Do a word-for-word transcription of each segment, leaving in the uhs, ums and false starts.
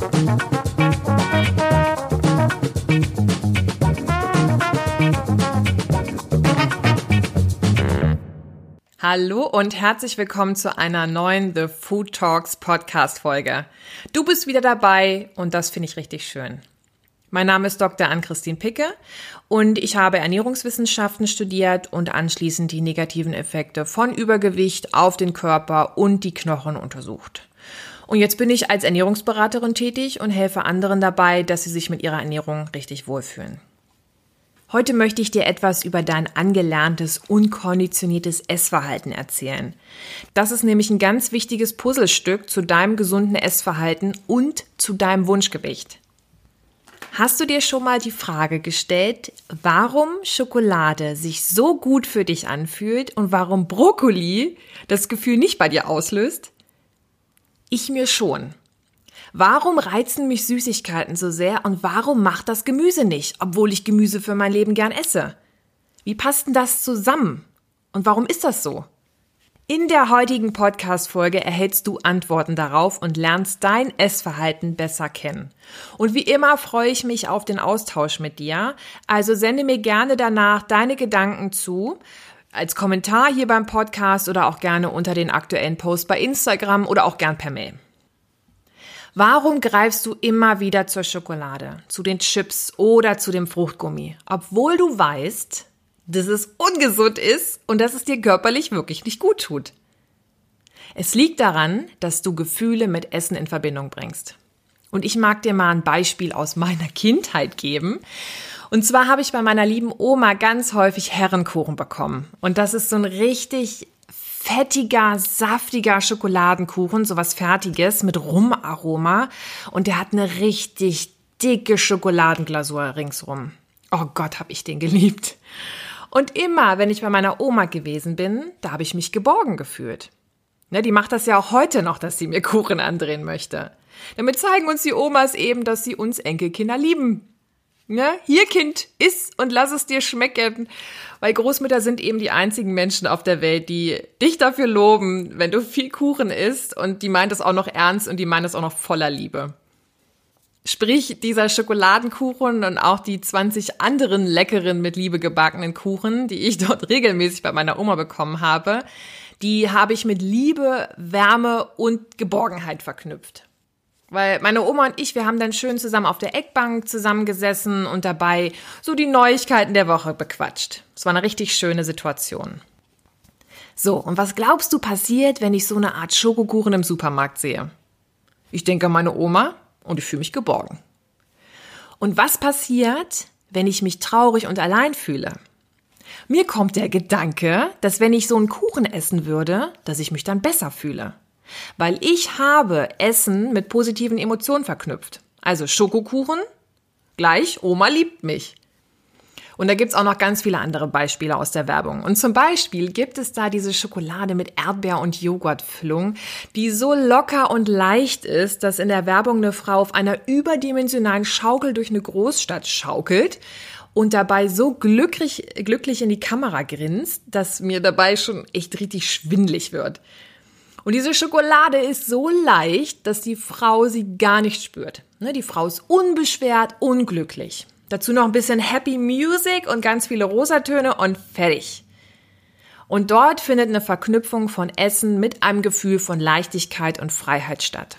Hallo und herzlich willkommen zu einer neuen The Food Talks Podcast-Folge. Du bist wieder dabei und das finde ich richtig schön. Mein Name ist Doktor Ann-Christine Picke und ich habe Ernährungswissenschaften studiert und anschließend die negativen Effekte von Übergewicht auf den Körper und die Knochen untersucht. Und jetzt bin ich als Ernährungsberaterin tätig und helfe anderen dabei, dass sie sich mit ihrer Ernährung richtig wohlfühlen. Heute möchte ich dir etwas über dein angelerntes, unkonditioniertes Essverhalten erzählen. Das ist nämlich ein ganz wichtiges Puzzlestück zu deinem gesunden Essverhalten und zu deinem Wunschgewicht. Hast du dir schon mal die Frage gestellt, warum Schokolade sich so gut für dich anfühlt und warum Brokkoli das Gefühl nicht bei dir auslöst? Ich mir schon. Warum reizen mich Süßigkeiten so sehr und warum macht das Gemüse nicht, obwohl ich Gemüse für mein Leben gern esse? Wie passt denn das zusammen? Und warum ist das so? In der heutigen Podcast-Folge erhältst du Antworten darauf und lernst dein Essverhalten besser kennen. Und wie immer freue ich mich auf den Austausch mit dir. Also sende mir gerne danach deine Gedanken zu, als Kommentar hier beim Podcast oder auch gerne unter den aktuellen Post bei Instagram oder auch gern per Mail. Warum greifst du immer wieder zur Schokolade, zu den Chips oder zu dem Fruchtgummi, obwohl du weißt, dass es ungesund ist und dass es dir körperlich wirklich nicht gut tut? Es liegt daran, dass du Gefühle mit Essen in Verbindung bringst. Und ich mag dir mal ein Beispiel aus meiner Kindheit geben. Und zwar habe ich bei meiner lieben Oma ganz häufig Herrenkuchen bekommen. Und das ist so ein richtig fettiger, saftiger Schokoladenkuchen, sowas Fertiges mit Rumaroma. Und der hat eine richtig dicke Schokoladenglasur ringsrum. Oh Gott, habe ich den geliebt. Und immer, wenn ich bei meiner Oma gewesen bin, da habe ich mich geborgen gefühlt. Ne, die macht das ja auch heute noch, dass sie mir Kuchen andrehen möchte. Damit zeigen uns die Omas eben, dass sie uns Enkelkinder lieben. Ne? Hier, Kind, iss und lass es dir schmecken. Weil Großmütter sind eben die einzigen Menschen auf der Welt, die dich dafür loben, wenn du viel Kuchen isst. Und die meint es auch noch ernst und die meint es auch noch voller Liebe. Sprich, dieser Schokoladenkuchen und auch die zwanzig anderen leckeren, mit Liebe gebackenen Kuchen, die ich dort regelmäßig bei meiner Oma bekommen habe, die habe ich mit Liebe, Wärme und Geborgenheit verknüpft. Weil meine Oma und ich, wir haben dann schön zusammen auf der Eckbank zusammengesessen und dabei so die Neuigkeiten der Woche bequatscht. Es war eine richtig schöne Situation. So, und was glaubst du passiert, wenn ich so eine Art Schokokuchen im Supermarkt sehe? Ich denke an meine Oma und ich fühle mich geborgen. Und was passiert, wenn ich mich traurig und allein fühle? Mir kommt der Gedanke, dass wenn ich so einen Kuchen essen würde, dass ich mich dann besser fühle. Weil ich habe Essen mit positiven Emotionen verknüpft. Also Schokokuchen, gleich Oma liebt mich. Und da gibt's auch noch ganz viele andere Beispiele aus der Werbung. Und zum Beispiel gibt es da diese Schokolade mit Erdbeer- und Joghurtfüllung, die so locker und leicht ist, dass in der Werbung eine Frau auf einer überdimensionalen Schaukel durch eine Großstadt schaukelt und dabei so glücklich, glücklich in die Kamera grinst, dass mir dabei schon echt richtig schwindelig wird. Und diese Schokolade ist so leicht, dass die Frau sie gar nicht spürt. Die Frau ist unbeschwert, unglücklich. Dazu noch ein bisschen Happy Music und ganz viele Rosatöne und fertig. Und dort findet eine Verknüpfung von Essen mit einem Gefühl von Leichtigkeit und Freiheit statt.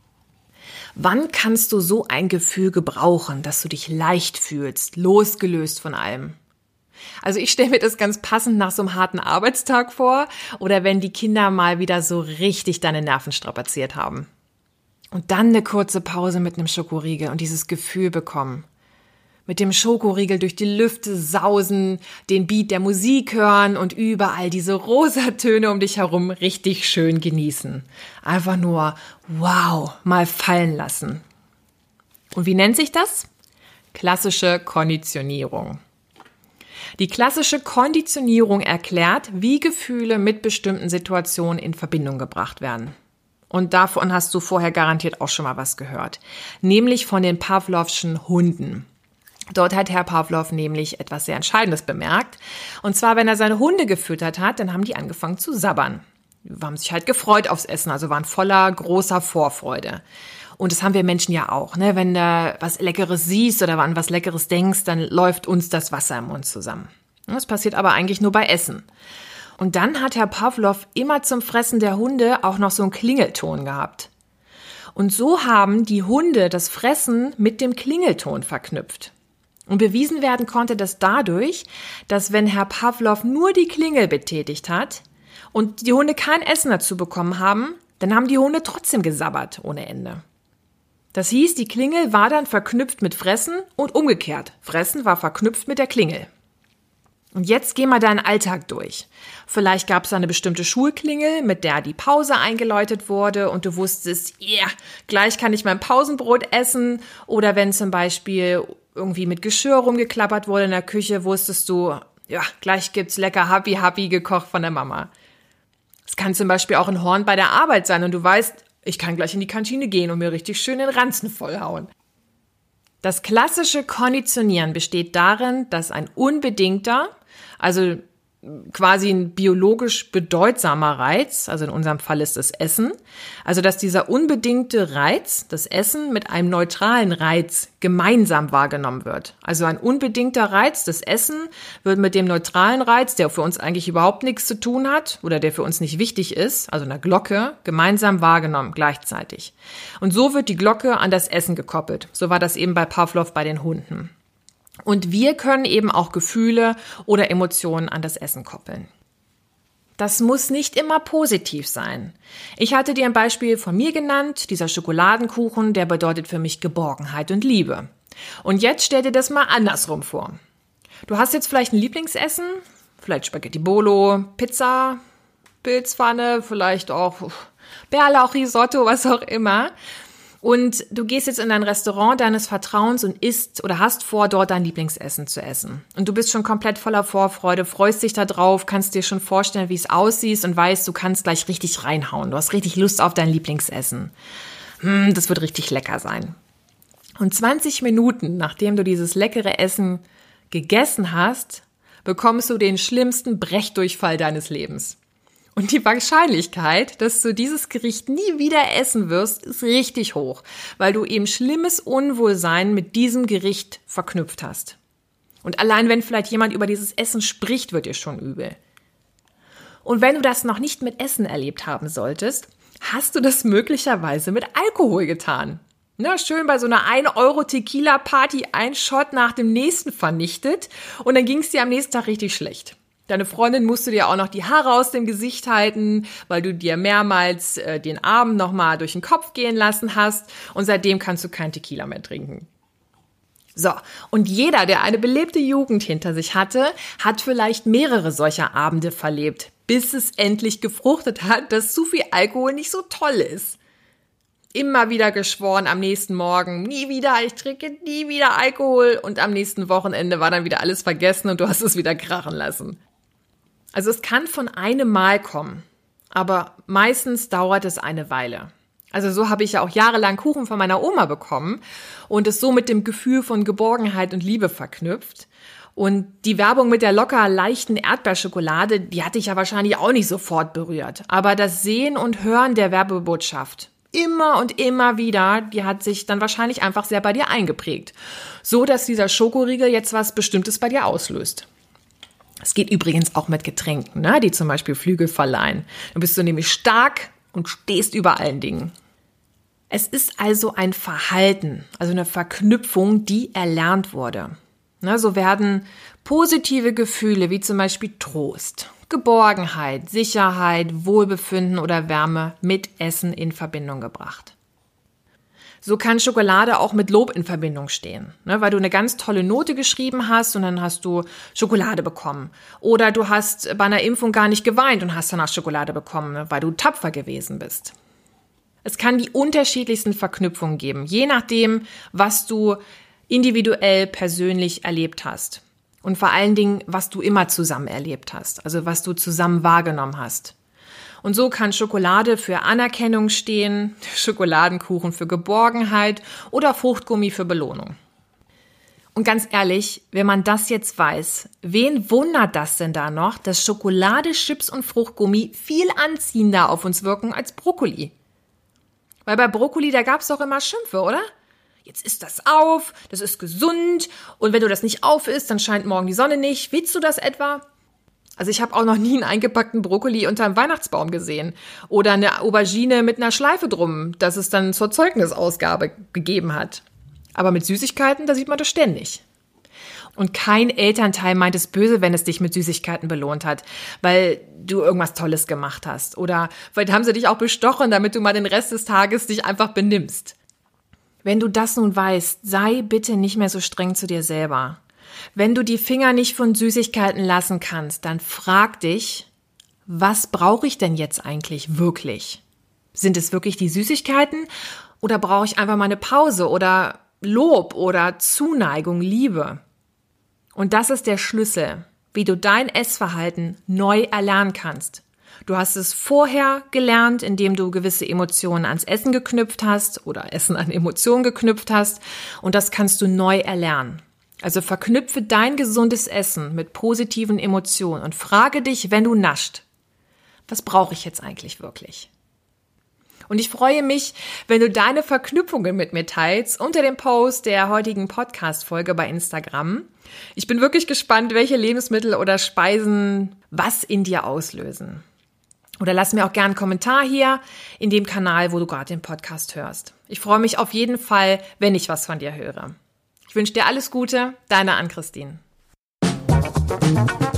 Wann kannst du so ein Gefühl gebrauchen, dass du dich leicht fühlst, losgelöst von allem? Also ich stelle mir das ganz passend nach so einem harten Arbeitstag vor oder wenn die Kinder mal wieder so richtig deine Nerven strapaziert haben. Und dann eine kurze Pause mit einem Schokoriegel und dieses Gefühl bekommen. Mit dem Schokoriegel durch die Lüfte sausen, den Beat der Musik hören und überall diese Rosatöne um dich herum richtig schön genießen. Einfach nur, wow, mal fallen lassen. Und wie nennt sich das? Klassische Konditionierung. Die klassische Konditionierung erklärt, wie Gefühle mit bestimmten Situationen in Verbindung gebracht werden. Und davon hast du vorher garantiert auch schon mal was gehört. Nämlich von den Pavlovschen Hunden. Dort hat Herr Pavlov nämlich etwas sehr Entscheidendes bemerkt. Und zwar, wenn er seine Hunde gefüttert hat, dann haben die angefangen zu sabbern. Die haben sich halt gefreut aufs Essen, also waren voller großer Vorfreude. Und das haben wir Menschen ja auch, ne? Wenn du was Leckeres siehst oder an was Leckeres denkst, dann läuft uns das Wasser im Mund zusammen. Das passiert aber eigentlich nur bei Essen. Und dann hat Herr Pawlow immer zum Fressen der Hunde auch noch so einen Klingelton gehabt. Und so haben die Hunde das Fressen mit dem Klingelton verknüpft. Und bewiesen werden konnte das dadurch, dass wenn Herr Pawlow nur die Klingel betätigt hat und die Hunde kein Essen dazu bekommen haben, dann haben die Hunde trotzdem gesabbert ohne Ende. Das hieß, die Klingel war dann verknüpft mit Fressen und umgekehrt. Fressen war verknüpft mit der Klingel. Und jetzt geh mal deinen Alltag durch. Vielleicht gab es da eine bestimmte Schulklingel, mit der die Pause eingeläutet wurde und du wusstest, ja, yeah, gleich kann ich mein Pausenbrot essen. Oder wenn zum Beispiel irgendwie mit Geschirr rumgeklappert wurde in der Küche, wusstest du, ja, gleich gibt's lecker Happy Happy gekocht von der Mama. Es kann zum Beispiel auch ein Horn bei der Arbeit sein und du weißt, ich kann gleich in die Kantine gehen und mir richtig schön den Ranzen vollhauen. Das klassische Konditionieren besteht darin, dass ein unbedingter, also quasi ein biologisch bedeutsamer Reiz, also in unserem Fall ist es Essen, also dass dieser unbedingte Reiz, das Essen, mit einem neutralen Reiz gemeinsam wahrgenommen wird. Also ein unbedingter Reiz, das Essen, wird mit dem neutralen Reiz, der für uns eigentlich überhaupt nichts zu tun hat oder der für uns nicht wichtig ist, also einer Glocke, gemeinsam wahrgenommen gleichzeitig. Und so wird die Glocke an das Essen gekoppelt. So war das eben bei Pawlow bei den Hunden. Und wir können eben auch Gefühle oder Emotionen an das Essen koppeln. Das muss nicht immer positiv sein. Ich hatte dir ein Beispiel von mir genannt, dieser Schokoladenkuchen, der bedeutet für mich Geborgenheit und Liebe. Und jetzt stell dir das mal andersrum vor. Du hast jetzt vielleicht ein Lieblingsessen, vielleicht Spaghetti Bolo, Pizza, Pilzpfanne, vielleicht auch Bärlauchrisotto, was auch immer. Und du gehst jetzt in dein Restaurant deines Vertrauens und isst oder hast vor, dort dein Lieblingsessen zu essen. Und du bist schon komplett voller Vorfreude, freust dich da drauf, kannst dir schon vorstellen, wie es aussieht und weißt, du kannst gleich richtig reinhauen. Du hast richtig Lust auf dein Lieblingsessen. Hm, das wird richtig lecker sein. Und zwanzig Minuten, nachdem du dieses leckere Essen gegessen hast, bekommst du den schlimmsten Brechdurchfall deines Lebens. Und die Wahrscheinlichkeit, dass du dieses Gericht nie wieder essen wirst, ist richtig hoch, weil du eben schlimmes Unwohlsein mit diesem Gericht verknüpft hast. Und allein wenn vielleicht jemand über dieses Essen spricht, wird dir schon übel. Und wenn du das noch nicht mit Essen erlebt haben solltest, hast du das möglicherweise mit Alkohol getan. Na, schön bei so einer ein Euro Tequila Party ein Shot nach dem nächsten vernichtet und dann ging es dir am nächsten Tag richtig schlecht. Deine Freundin musste dir auch noch die Haare aus dem Gesicht halten, weil du dir mehrmals äh, den Abend nochmal durch den Kopf gehen lassen hast und seitdem kannst du kein Tequila mehr trinken. So, und jeder, der eine belebte Jugend hinter sich hatte, hat vielleicht mehrere solcher Abende verlebt, bis es endlich gefruchtet hat, dass zu viel Alkohol nicht so toll ist. Immer wieder geschworen am nächsten Morgen, nie wieder, ich trinke nie wieder Alkohol und am nächsten Wochenende war dann wieder alles vergessen und du hast es wieder krachen lassen. Also es kann von einem Mal kommen, aber meistens dauert es eine Weile. Also so habe ich ja auch jahrelang Kuchen von meiner Oma bekommen und es so mit dem Gefühl von Geborgenheit und Liebe verknüpft. Und die Werbung mit der locker leichten Erdbeerschokolade, die hatte ich ja wahrscheinlich auch nicht sofort berührt. Aber das Sehen und Hören der Werbebotschaft, immer und immer wieder, die hat sich dann wahrscheinlich einfach sehr bei dir eingeprägt. So, dass dieser Schokoriegel jetzt was Bestimmtes bei dir auslöst. Es geht übrigens auch mit Getränken, ne, die zum Beispiel Flügel verleihen. Dann bist du nämlich stark und stehst über allen Dingen. Es ist also ein Verhalten, also eine Verknüpfung, die erlernt wurde. Ne, so werden positive Gefühle wie zum Beispiel Trost, Geborgenheit, Sicherheit, Wohlbefinden oder Wärme mit Essen in Verbindung gebracht. So kann Schokolade auch mit Lob in Verbindung stehen, ne, weil du eine ganz tolle Note geschrieben hast und dann hast du Schokolade bekommen. Oder du hast bei einer Impfung gar nicht geweint und hast danach Schokolade bekommen, weil du tapfer gewesen bist. Es kann die unterschiedlichsten Verknüpfungen geben, je nachdem, was du individuell persönlich erlebt hast. Und vor allen Dingen, was du immer zusammen erlebt hast, also was du zusammen wahrgenommen hast. Und so kann Schokolade für Anerkennung stehen, Schokoladenkuchen für Geborgenheit oder Fruchtgummi für Belohnung. Und ganz ehrlich, wenn man das jetzt weiß, wen wundert das denn da noch, dass Schokolade, Chips und Fruchtgummi viel anziehender auf uns wirken als Brokkoli? Weil bei Brokkoli, da gab's doch immer Schimpfe, oder? Jetzt isst das auf, das ist gesund und wenn du das nicht auf isst, dann scheint morgen die Sonne nicht. Willst du das etwa? Also ich habe auch noch nie einen eingepackten Brokkoli unterm Weihnachtsbaum gesehen oder eine Aubergine mit einer Schleife drum, dass es dann zur Zeugnisausgabe gegeben hat. Aber mit Süßigkeiten, da sieht man das ständig. Und kein Elternteil meint es böse, wenn es dich mit Süßigkeiten belohnt hat, weil du irgendwas Tolles gemacht hast. Oder vielleicht haben sie dich auch bestochen, damit du mal den Rest des Tages dich einfach benimmst. Wenn du das nun weißt, sei bitte nicht mehr so streng zu dir selber. Wenn du die Finger nicht von Süßigkeiten lassen kannst, dann frag dich, was brauche ich denn jetzt eigentlich wirklich? Sind es wirklich die Süßigkeiten oder brauche ich einfach mal eine Pause oder Lob oder Zuneigung, Liebe? Und das ist der Schlüssel, wie du dein Essverhalten neu erlernen kannst. Du hast es vorher gelernt, indem du gewisse Emotionen ans Essen geknüpft hast oder Essen an Emotionen geknüpft hast. Und das kannst du neu erlernen. Also verknüpfe dein gesundes Essen mit positiven Emotionen und frage dich, wenn du nascht, was brauche ich jetzt eigentlich wirklich? Und ich freue mich, wenn du deine Verknüpfungen mit mir teilst unter dem Post der heutigen Podcast-Folge bei Instagram. Ich bin wirklich gespannt, welche Lebensmittel oder Speisen was in dir auslösen. Oder lass mir auch gerne einen Kommentar hier in dem Kanal, wo du gerade den Podcast hörst. Ich freue mich auf jeden Fall, wenn ich was von dir höre. Ich wünsche dir alles Gute, deine Ann-Christine.